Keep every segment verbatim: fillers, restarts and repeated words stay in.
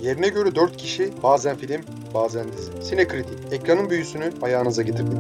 Yerine göre dört kişi, bazen film, bazen dizi. Sinekritik, ekranın büyüsünü ayağınıza getirdik.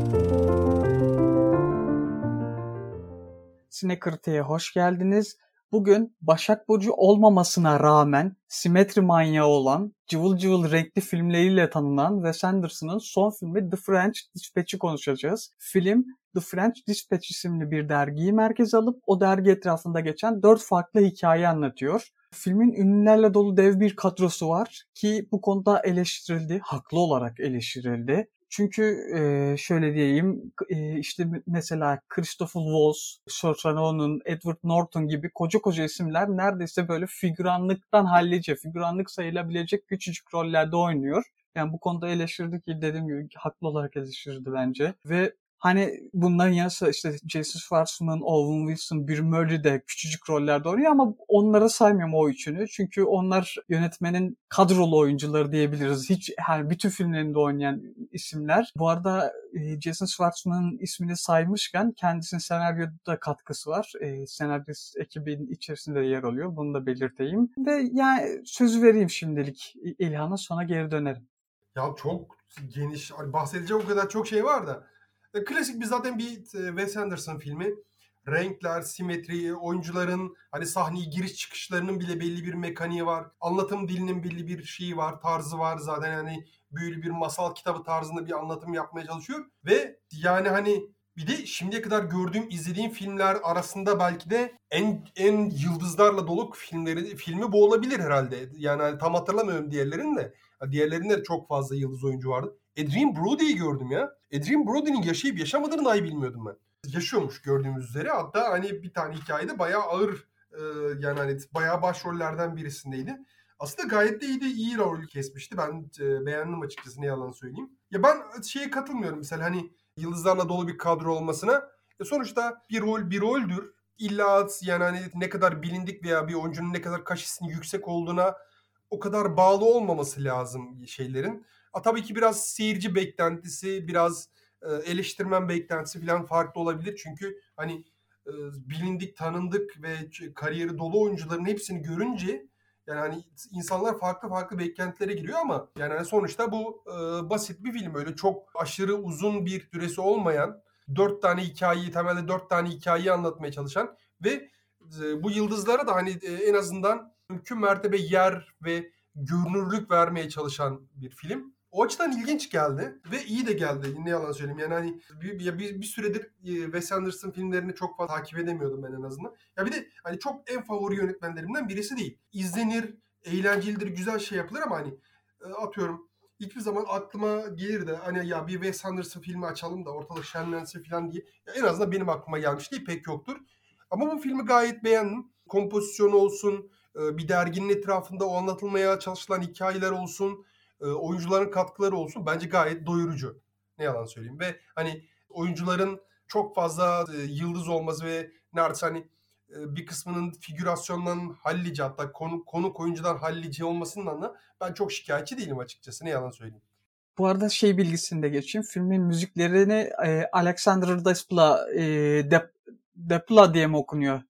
Sinekritik'e hoş geldiniz. Bugün Başak Burcu olmamasına rağmen simetri manyağı olan, cıvıl cıvıl renkli filmleriyle tanınan Wes Anderson'ın son filmi The French Dispatch'i konuşacağız. Film, The French Dispatch isimli bir dergiyi merkeze alıp o dergi etrafında geçen dört farklı hikaye anlatıyor. Filmin ünlülerle dolu dev bir kadrosu var ki bu konuda eleştirildi, haklı olarak eleştirildi. Çünkü e, şöyle diyeyim, e, işte mesela Christopher Waltz, Saoirse Ronan'ın, Edward Norton gibi koca koca isimler neredeyse böyle figüranlıktan hallice, figüranlık sayılabilecek küçücük rollerde oynuyor. Yani bu konuda eleştirdi ki dediğim gibi haklı olarak eleştirdi bence. Ve hani bunların yanı sıra işte Jason Schwartzman, Owen Wilson, Bill Murray de küçücük rollerde oynuyor ama onları saymıyorum o üçünü. Çünkü onlar yönetmenin kadrolu oyuncuları diyebiliriz. Hiç yani bütün filmlerinde oynayan isimler. Bu arada Jason Schwartzman'ın ismini saymışken kendisinin senaryoda katkısı var. E, senarist ekibinin içerisinde yer alıyor. Bunu da belirteyim. Ve yani sözü vereyim şimdilik İlhan'a, sonra geri dönerim. Ya çok geniş, bahsedecek o kadar çok şey var da. Klasik bir zaten bir Wes Anderson filmi. Renkler, simetri, oyuncuların hani sahneye giriş çıkışlarının bile belli bir mekaniği var. Anlatım dilinin belli bir şeyi var, tarzı var. Zaten yani büyülü bir masal kitabı tarzında bir anlatım yapmaya çalışıyor. Ve yani hani bir de şimdiye kadar gördüğüm, izlediğim filmler arasında belki de en en yıldızlarla dolu filmleri filmi bu olabilir herhalde. Yani hani tam hatırlamıyorum diğerlerini de. Diğerlerinde de çok fazla yıldız oyuncu vardı. Adrien Brody'yi gördüm ya. Adrien Brody'nin yaşayıp yaşamadığını dahi bilmiyordum ben. Yaşıyormuş gördüğümüz üzere. Hatta hani bir tane hikayede bayağı ağır e, yani hani bayağı başrollerden birisindeydi. Aslında gayet de iyi de iyi rol kesmişti. Ben e, beğendim açıkçası, ne yalan söyleyeyim. Ya ben şeye katılmıyorum mesela hani yıldızlarla dolu bir kadro olmasına. E sonuçta bir rol bir roldür. İlla yani hani ne kadar bilindik veya bir oyuncunun ne kadar kaşesinin yüksek olduğuna o kadar bağlı olmaması lazım şeylerin. A, tabii ki biraz seyirci beklentisi, biraz e, eleştirmen beklentisi falan farklı olabilir. Çünkü hani e, bilindik, tanındık ve kariyeri dolu oyuncuların hepsini görünce yani hani insanlar farklı farklı beklentilere giriyor ama yani hani sonuçta bu e, basit bir film. Öyle çok aşırı uzun bir süresi olmayan, dört tane hikayeyi, temelde dört tane hikayeyi anlatmaya çalışan ve e, bu yıldızlara da hani e, en azından mümkün mertebe yer ve görünürlük vermeye çalışan bir film. O açıdan ilginç geldi ve iyi de geldi. Ne yalan söyleyeyim. Yani hani bir, bir, bir süredir Wes Anderson filmlerini çok fazla takip edemiyordum ben en azından. Ya bir de hani çok en favori yönetmenlerimden birisi değil. İzlenir, eğlencelidir, güzel şey yapılır ama hani atıyorum hiçbir zaman aklıma gelir de hani ya bir Wes Anderson filmi açalım da ortalık şenlensin falan diye. Ya en azından benim aklıma gelmiş değil, pek yoktur. Ama bu filmi gayet beğendim. Kompozisyonu olsun, bir derginin etrafında o anlatılmaya çalışılan hikayeler olsun, oyuncuların katkıları olsun, bence gayet doyurucu. Ne yalan söyleyeyim. Ve hani oyuncuların çok fazla yıldız olması ve neredeyse hani bir kısmının figürasyondan hallice, hatta konu, konuk oyuncudan hallice olmasından da ben çok şikayetçi değilim açıkçası. Ne yalan söyleyeyim. Bu arada şey bilgisini de geçeyim. Filmin müziklerini e, Alexander Desplat, e, Dep, Desplat diye mi okunuyor?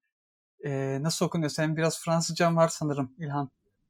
E, nasıl okunuyor? Senin biraz Fransızcan var sanırım İlhan.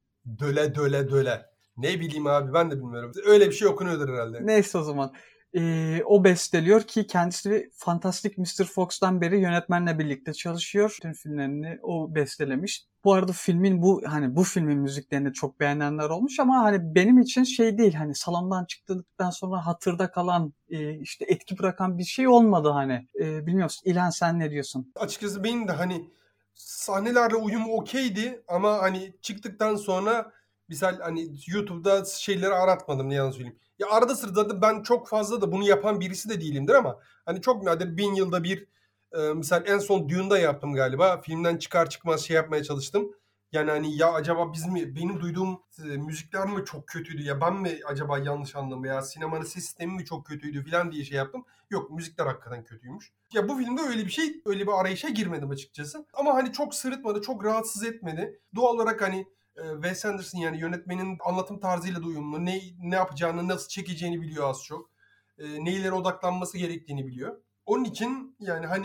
Döle döle döle. Ne bileyim abi, ben de bilmiyorum. Öyle bir şey okunuyordur herhalde. Neyse o zaman. Ee, o besteliyor ki kendisi Fantastic mister Fox'tan beri yönetmenle birlikte çalışıyor. Bütün filmlerini o bestelemiş. Bu arada filmin bu hani bu filmin müziklerini çok beğenenler olmuş ama hani benim için şey değil, hani salondan çıktıktan sonra hatırda kalan e, işte etki bırakan bir şey olmadı hani. E, bilmiyorum İlhan, sen ne diyorsun? Açıkçası benim de hani sahnelerle uyumu okeydi ama hani çıktıktan sonra misal hani YouTube'da şeyleri aratmadım, ne yalan söyleyeyim. Ya arada sırada da ben çok fazla da bunu yapan birisi de değilimdir ama hani çok nadir bin yılda bir e, misal en son Dune'da yaptım galiba. Filmden çıkar çıkmaz şey yapmaya çalıştım. Yani hani ya acaba biz mi, benim duyduğum e, müzikler mi çok kötüydü ya ben mi acaba yanlış anladım ya sinemanın ses sistemi mi çok kötüydü falan diye şey yaptım. Yok, müzikler hakikaten kötüymüş. Ya bu filmde öyle bir şey, öyle bir arayışa girmedim açıkçası. Ama hani çok sırıtmadı, çok rahatsız etmedi. Doğal olarak hani e, Wes Anderson yani yönetmenin anlatım tarzıyla da uyumlu. Ne, ne yapacağını, nasıl çekeceğini biliyor az çok. E, neylere odaklanması gerektiğini biliyor. Onun için yani hani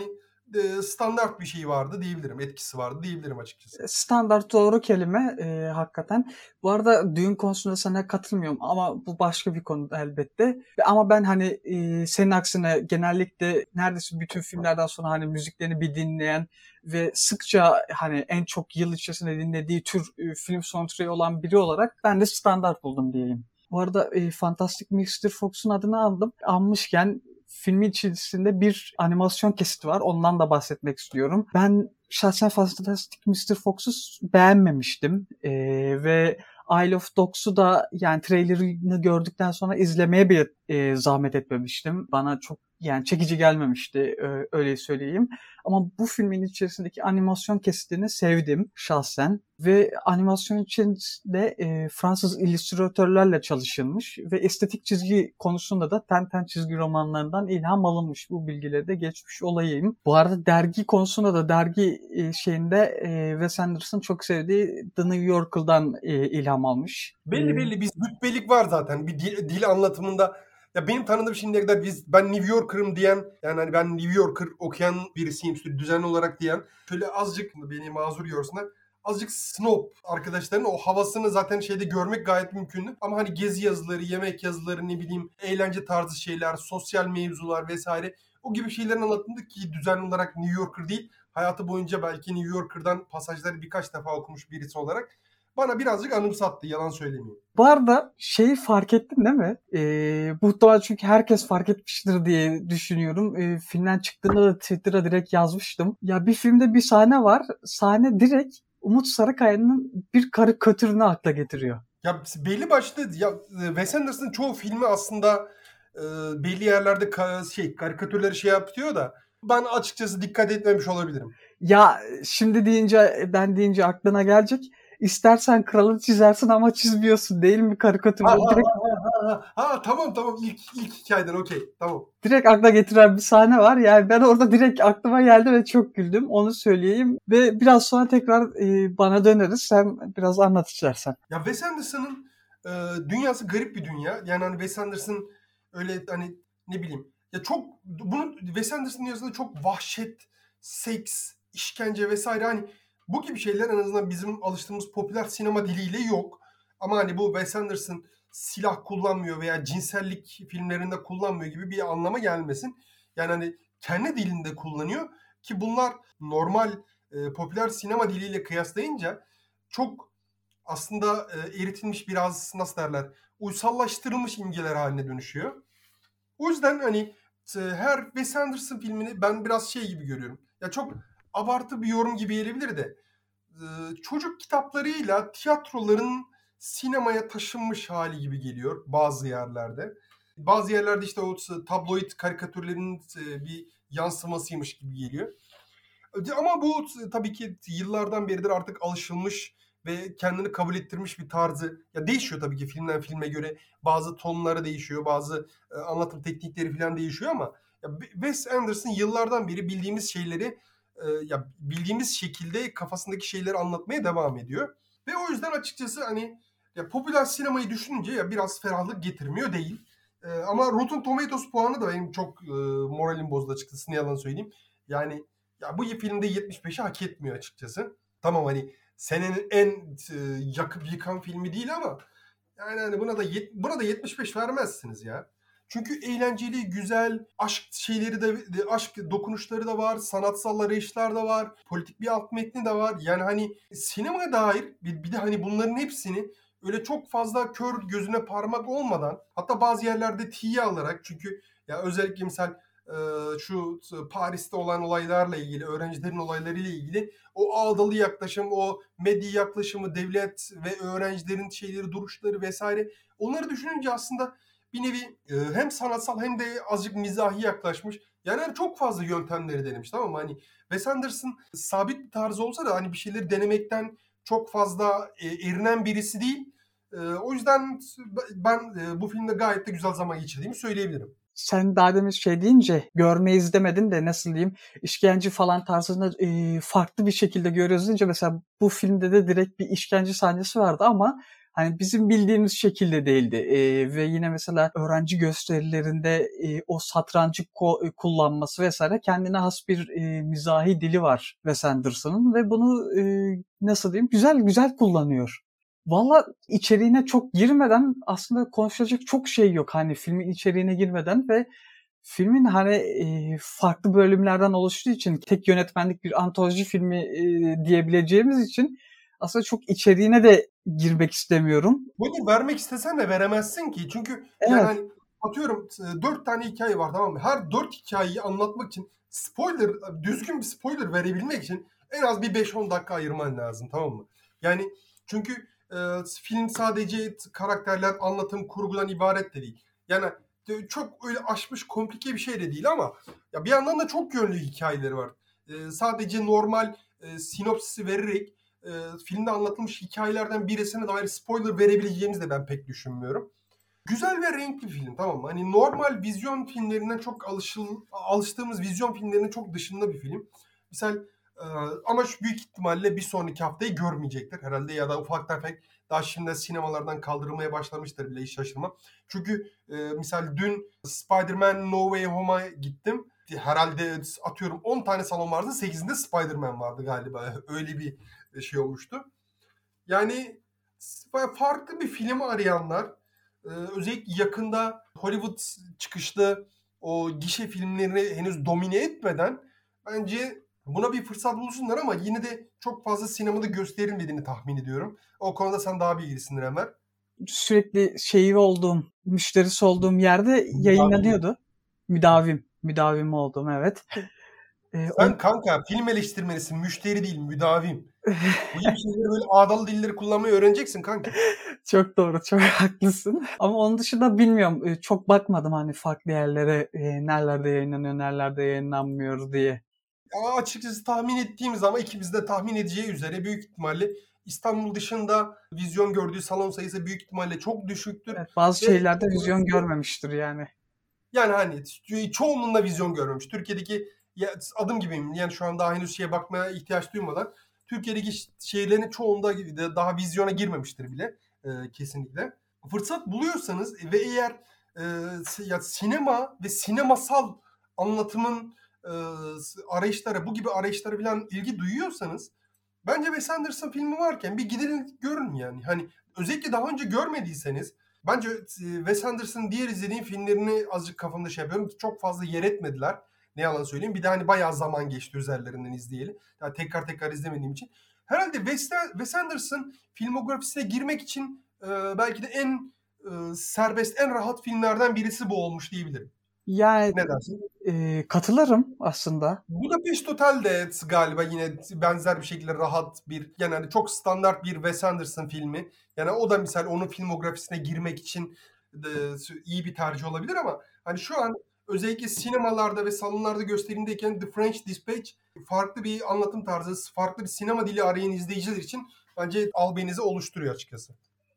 e, standart bir şey vardı diyebilirim. Etkisi vardı diyebilirim açıkçası. Standart doğru kelime e, hakikaten. Bu arada düğün konusunda sana katılmıyorum ama bu başka bir konu elbette. Ama ben hani e, senin aksine genellikle neredeyse bütün filmlerden sonra hani müziklerini bir dinleyen ve sıkça hani en çok yıl içerisinde dinlediği tür e, film soundtrack'i olan biri olarak ben de standart buldum diyeyim. Bu arada e, Fantastic mister Fox'un adını aldım. Almışken filmin içerisinde bir animasyon kesiti var. Ondan da bahsetmek istiyorum. Ben şahsen Fantastic mister Fox'u beğenmemiştim. Ee, ve Isle of Dogs'u da yani trailerını gördükten sonra izlemeye bir e, zahmet etmemiştim. Bana çok yani çekici gelmemişti, e, öyle söyleyeyim. Ama bu filmin içerisindeki animasyon kesitini sevdim şahsen. Ve animasyon içerisinde e, Fransız illüstratörlerle çalışılmış ve estetik çizgi konusunda da Tintin çizgi romanlarından ilham alınmış. Bu bilgileri de geçmiş olayım. Bu arada dergi konusunda da dergi e, şeyinde e, Wes Anderson çok sevdiği The New Yorker'dan e, ilham almış. Belli belli biz rütbelik var zaten bir dil, dil anlatımında. Ya benim tanıdığım şimdiye kadar biz ben New Yorker'ım diyen yani hani ben New Yorker okuyan birisiyim düzenli olarak diyen şöyle azıcık beni mazur görsünler. Azıcık snob arkadaşların o havasını zaten şeyde görmek gayet mümkündü. Ama hani gezi yazıları, yemek yazıları, ne bileyim eğlence tarzı şeyler, sosyal mevzular vesaire o gibi şeylerin anlatıldı ki düzenli olarak New Yorker değil. Hayatı boyunca belki New Yorker'dan pasajları birkaç defa okumuş birisi olarak bana birazcık anımsattı, yalan söylemeyeyim. Bu arada şeyi fark ettin değil mi? Ee, muhtemelen çünkü herkes fark etmiştir diye düşünüyorum. Ee, filmden çıktığında da Twitter'a direkt yazmıştım. Ya bir filmde bir sahne var. Sahne direkt Umut Sarıkaya'nın bir karikatürünü akla getiriyor. Ya belli başlı ya Wes Anderson'ın çoğu filmi aslında e, belli yerlerde ka- şey karikatürleri şey yapıyor da ben açıkçası dikkat etmemiş olabilirim. Ya şimdi deyince ben deyince aklına gelecek. İstersen kralı çizersin ama çizmiyorsun değil mi karikatürde? Ha, Direkt, ha, ha, ha, ha, tamam tamam ilk ilk hikayeden okey tamam. direkt akla getiren bir sahne var. Yani ben orada direkt aklıma geldi ve çok güldüm. Onu söyleyeyim. Ve biraz sonra tekrar e, bana döneriz. Sen biraz anlat istersen. Ya Wes Anderson'ın e, dünyası garip bir dünya. Yani hani Wes Anderson öyle hani ne bileyim ya çok bunun Wes Anderson dünyasında çok vahşet, seks, işkence vesaire hani bu gibi şeyler en azından bizim alıştığımız popüler sinema diliyle yok. Ama hani bu Wes Anderson silah kullanmıyor veya cinsellik filmlerinde kullanmıyor gibi bir anlama gelmesin. Yani hani kendi dilinde kullanıyor ki bunlar normal e, popüler sinema diliyle kıyaslayınca çok aslında e, eritilmiş biraz nasıl derler uysallaştırılmış imgeler haline dönüşüyor. O yüzden hani e, her Wes Anderson filmini ben biraz şey gibi görüyorum. Ya çok abartı bir yorum gibi gelebilir de e, çocuk kitaplarıyla tiyatroların sinemaya taşınmış hali gibi geliyor bazı yerlerde. Bazı yerlerde işte o tabloid karikatürlerin e, bir yansımasıymış gibi geliyor. Ama bu tabii ki yıllardan beridir artık alışılmış ve kendini kabul ettirmiş bir tarzı. Ya değişiyor tabii ki filmden filme göre. Bazı tonları değişiyor, bazı e, anlatım teknikleri falan değişiyor ama ya Wes Anderson yıllardan beri bildiğimiz şeyleri e, ya bildiğimiz şekilde kafasındaki şeyleri anlatmaya devam ediyor. Ve o yüzden açıkçası hani ya popüler sinemayı düşününce ya biraz ferahlık getirmiyor değil. E, ama Rotten Tomatoes puanı da benim çok e, moralim bozdu açıkçası, ne yalan söyleyeyim. Yani ya bu filmde yetmiş beşi hak etmiyor açıkçası. Tamam hani senenin en e, yakıp yıkan filmi değil ama yani hani buna da yet, buna da yetmiş beş vermezsiniz ya. Çünkü eğlenceli, güzel, aşk şeyleri de, aşk dokunuşları da var, sanatsal arayışlar da var, politik bir alt metni de var. Yani hani sinemaya dair bir, bir de hani bunların hepsini öyle çok fazla kör gözüne parmak olmadan, hatta bazı yerlerde tiye alarak, çünkü ya özellikle misal şu Paris'te olan olaylarla ilgili, öğrencilerin olaylarıyla ilgili o ağdalı yaklaşım, o medya yaklaşımı, devlet ve öğrencilerin şeyleri, duruşları vesaire, onları düşününce aslında bir nevi hem sanatsal hem de azıcık mizahi yaklaşmış. Yani çok fazla yöntemleri denemiş, tamam mı? Hani Wes Anderson sabit bir tarzı olsa da hani bir şeyleri denemekten çok fazla erinen birisi değil. O yüzden ben bu filmde gayet de güzel zaman geçirdiğimi söyleyebilirim. Sen daha demin şey deyince görmeyiz demedin de nasıl diyeyim işkence falan tarzında e, farklı bir şekilde görüyoruz deyince mesela bu filmde de direkt bir işkence sahnesi vardı ama hani bizim bildiğimiz şekilde değildi. Ee, ve yine mesela öğrenci gösterilerinde e, o satrancı ko- kullanması vesaire kendine has bir e, mizahi dili var Wes Anderson'ın ve bunu e, nasıl diyeyim güzel güzel kullanıyor. Valla içeriğine çok girmeden aslında konuşacak çok şey yok hani filmin içeriğine girmeden ve filmin hani e, farklı bölümlerden oluştuğu için tek yönetmenlik bir antoloji filmi e, diyebileceğimiz için aslında çok içeriğine de girmek istemiyorum. Bunu vermek istesen de veremezsin ki. Çünkü yani Evet. hani atıyorum e, dört tane hikaye var, tamam mı? Her dört hikayeyi anlatmak için spoiler, düzgün bir spoiler verebilmek için en az bir beş on dakika ayırman lazım, tamam mı? Yani çünkü e, film sadece karakterler, anlatım, kurgudan ibaret de değil. Yani e, çok öyle aşmış komplike bir şey de değil ama ya bir yandan da çok yönlü hikayeleri var. E, sadece normal e, sinopsisi vererek e, filmde anlatılmış hikayelerden birisine dair spoiler verebileceğimizi de ben pek düşünmüyorum. Güzel ve renkli film, tamam mı? Hani normal vizyon filmlerinden çok alışıl, alıştığımız vizyon filmlerinin çok dışında bir film. Misal e, ama şu büyük ihtimalle bir sonraki haftayı görmeyecektir herhalde ya da ufak tefek daha şimdi sinemalardan kaldırılmaya başlamıştır bile, hiç şaşırmam. Çünkü e, misal dün Spider-Man No Way Home'a gittim. Herhalde atıyorum on tane salon vardı, sekizinde Spider-Man vardı galiba. Öyle bir şey olmuştu. Yani farklı bir film arayanlar, özellikle yakında Hollywood çıkışlı o gişe filmlerini henüz domine etmeden bence buna bir fırsat bulsunlar ama yine de çok fazla sinemada gösterilmediğini tahmin ediyorum. O konuda sen daha bilgilisindir Ömer. Sürekli şeyi olduğum, müşterisi olduğum yerde yayınlanıyordu. Müdavim. Müdavim oldum, evet. Ee, Sen on... kanka film eleştirmenisin, müşteri değil müdavim. Bu gibi şeyleri böyle ağdalı dilleri kullanmayı öğreneceksin kanka. Çok doğru, çok haklısın. Ama onun dışında bilmiyorum, çok bakmadım hani farklı yerlere e, nerelerde yayınlanıyor, nerelerde yayınlanmıyor diye. Ya açıkçası tahmin ettiğimiz ama ikimiz de tahmin edeceği üzere büyük ihtimalle İstanbul dışında vizyon gördüğü salon sayısı büyük ihtimalle çok düşüktür. Evet, bazı Ve şeylerde vizyon görmemiştir yani. yani hani çoğunluğunda vizyon görmemiş. Türkiye'deki ya adım gibiyim. Yani şu an daha henüz şeye bakmaya ihtiyaç duymadan Türkiye'deki şehirlerin çoğunda daha vizyona girmemiştir bile e, kesinlikle. Fırsat buluyorsanız ve eğer e, ya sinema ve sinemasal anlatımın e, arayışlara, bu gibi arayışlara falan ilgi duyuyorsanız bence Wes Anderson filmi varken bir gidin görün yani. Hani özellikle daha önce görmediyseniz bence Wes Anderson'ın diğer izlediğim filmlerini azıcık kafamda şey yapıyorum. Çok fazla yer etmediler. Ne yalan söyleyeyim. Bir de hani bayağı zaman geçti üzerlerinden izleyeli. Yani tekrar tekrar izlemediğim için. Herhalde Wes, Wes Anderson filmografisine girmek için e, belki de en e, serbest, en rahat filmlerden birisi bu olmuş diyebilirim. Yani Ne dersin? e, katılırım aslında. Budapest Hotel de galiba yine benzer bir şekilde rahat bir, yani hani çok standart bir Wes Anderson filmi. Yani o da misal onun filmografisine girmek için de iyi bir tercih olabilir ama hani şu an özellikle sinemalarda ve salonlarda gösterimdeyken The French Dispatch farklı bir anlatım tarzı, farklı bir sinema dili arayan izleyiciler için bence albenisi oluşturuyor açıkçası.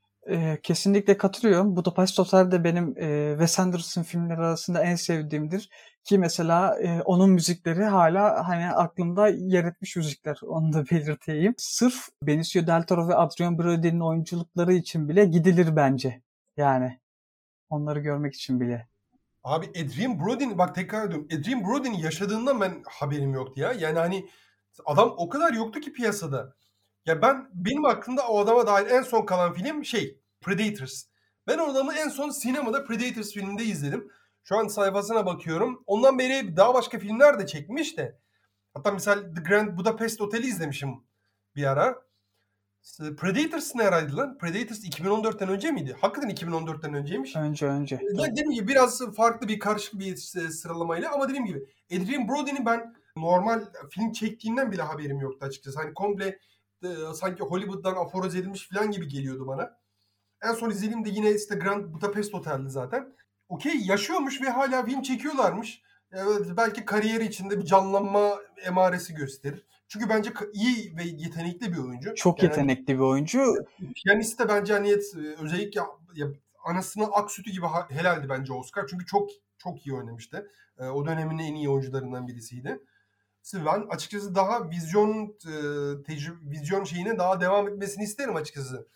E, kesinlikle katılıyorum. Budapest Hotel de benim e, Wes Anderson filmleri arasında en sevdiğimdir. Ki mesela e, onun müzikleri hala hani aklımda yer etmiş müzikler. Onu da belirteyim. Sırf Benicio del Toro ve Adrien Brody'nin oyunculukları için bile gidilir bence. Yani onları görmek için bile. Abi Adrien Brody'nin, bak tekrar ediyorum, Adrien Brody'nin yaşadığından ben haberim yoktu ya. Yani hani adam o kadar yoktu ki piyasada. Ya ben, benim aklımda o adama dair en son kalan film şey Predators. Ben o adamı en son sinemada Predators filminde izledim. Şu an sayfasına bakıyorum. Ondan beri daha başka filmler de çekmiş de. Hatta misal The Grand Budapest Hotel'i izlemişim bir ara. Predators ne araydı lan? Predators iki bin on dörtten önce miydi? Hakikaten iki bin on dörtten önceymiş. Önce önce. Ya dediğim gibi biraz farklı bir, karışık bir sıralamayla ama dediğim gibi Adrien Brody'nin ben normal film çektiğinden bile haberim yoktu açıkçası. Hani komple e, sanki Hollywood'dan aforoz edilmiş falan gibi geliyordu bana. En son izlediğim de yine işte Grand Budapest Hotel'di zaten. Okey, yaşıyormuş ve hala film çekiyorlarmış. Evet, belki kariyeri içinde bir canlanma emaresi gösterir. Çünkü bence iyi ve yetenekli bir oyuncu. Çok Yani yetenekli bir oyuncu. piyanist de bence hani özellikle ya, anasının ak sütü gibi helaldi bence Oscar. Çünkü çok çok iyi oynamıştı. E, o dönemin en iyi oyuncularından birisiydi. Ben açıkçası daha vizyon e, tecrübe, vizyon şeyine daha devam etmesini isterim açıkçası.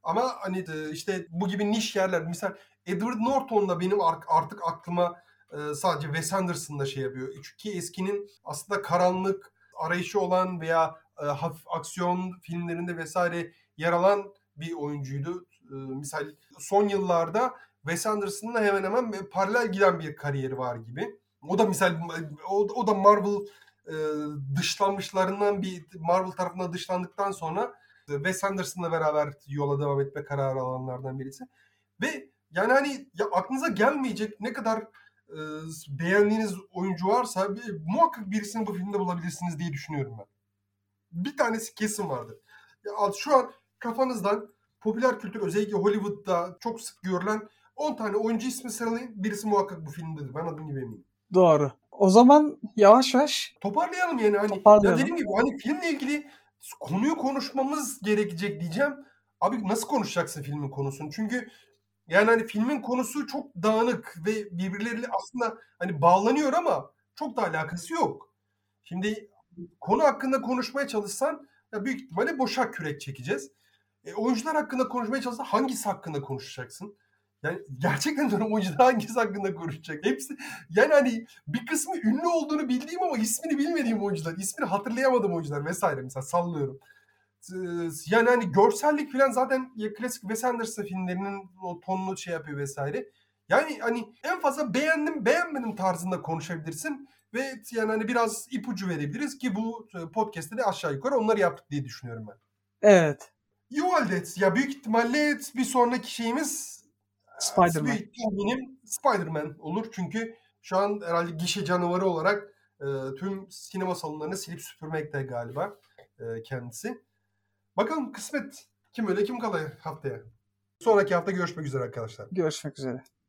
Ama hani e, işte bu gibi niş yerler. Misal Edward Norton'da benim artık aklıma e, sadece Wes Anderson'da şey yapıyor. Çünkü eskinin aslında karanlık arayışı olan veya e, hafif aksiyon filmlerinde vesaire yer alan bir oyuncuydu. E, misal son yıllarda Wes Anderson'la hemen hemen paralel giden bir kariyeri var gibi. O da misal o, o da Marvel e, dışlanmışlarından bir Marvel tarafından dışlandıktan sonra Wes Anderson'la beraber yola devam etme kararı alanlardan birisi. Ve yani hani ya aklınıza gelmeyecek ne kadar e, beğendiğiniz oyuncu varsa bir, muhakkak birisini bu filmde bulabilirsiniz diye düşünüyorum ben. Bir tanesi kesin vardır. Ya, şu an kafanızdan popüler kültür özellikle Hollywood'da çok sık görülen on tane oyuncu ismi sıralayın. Birisi muhakkak bu filmdedir. Ben adım gibi eminim. Doğru. O zaman yavaş yavaş toparlayalım yani. Hani, toparlayalım. Ya dediğim gibi hani filmle ilgili konuyu konuşmamız gerekecek diyeceğim. Abi nasıl konuşacaksın filmin konusunu? Çünkü yani hani filmin konusu çok dağınık ve birbirleriyle aslında hani bağlanıyor ama çok da alakası yok. Şimdi konu hakkında konuşmaya çalışsan ya büyük ihtimalle boşa kürek çekeceğiz. E, oyuncular hakkında konuşmaya çalışsan hangisi hakkında konuşacaksın? Yani gerçekten diyorum oyuncular hangisi hakkında konuşacak? Hepsi yani hani bir kısmı ünlü olduğunu bildiğim ama ismini bilmediğim oyuncular, ismini hatırlayamadığım oyuncular vesaire mesela sallıyorum. Yani hani görsellik falan zaten ya klasik Wes Anderson filmlerinin o tonunu şey yapıyor vesaire. Yani hani en fazla beğendim beğenmedim tarzında konuşabilirsin ve yani hani biraz ipucu verebiliriz ki bu podcast'te de aşağı yukarı onları yaptık diye düşünüyorum ben. Evet. İyi o halde ya büyük ihtimalle bir sonraki şeyimiz Spider-Man. Büyük tahminim Spider-Man olur çünkü şu an herhalde gişe canavarı olarak e, tüm sinema salonlarını silip süpürmekte galiba e, kendisi. Bakalım kısmet kim öyle kim kalır haftaya. Sonraki hafta görüşmek üzere arkadaşlar. Görüşmek üzere.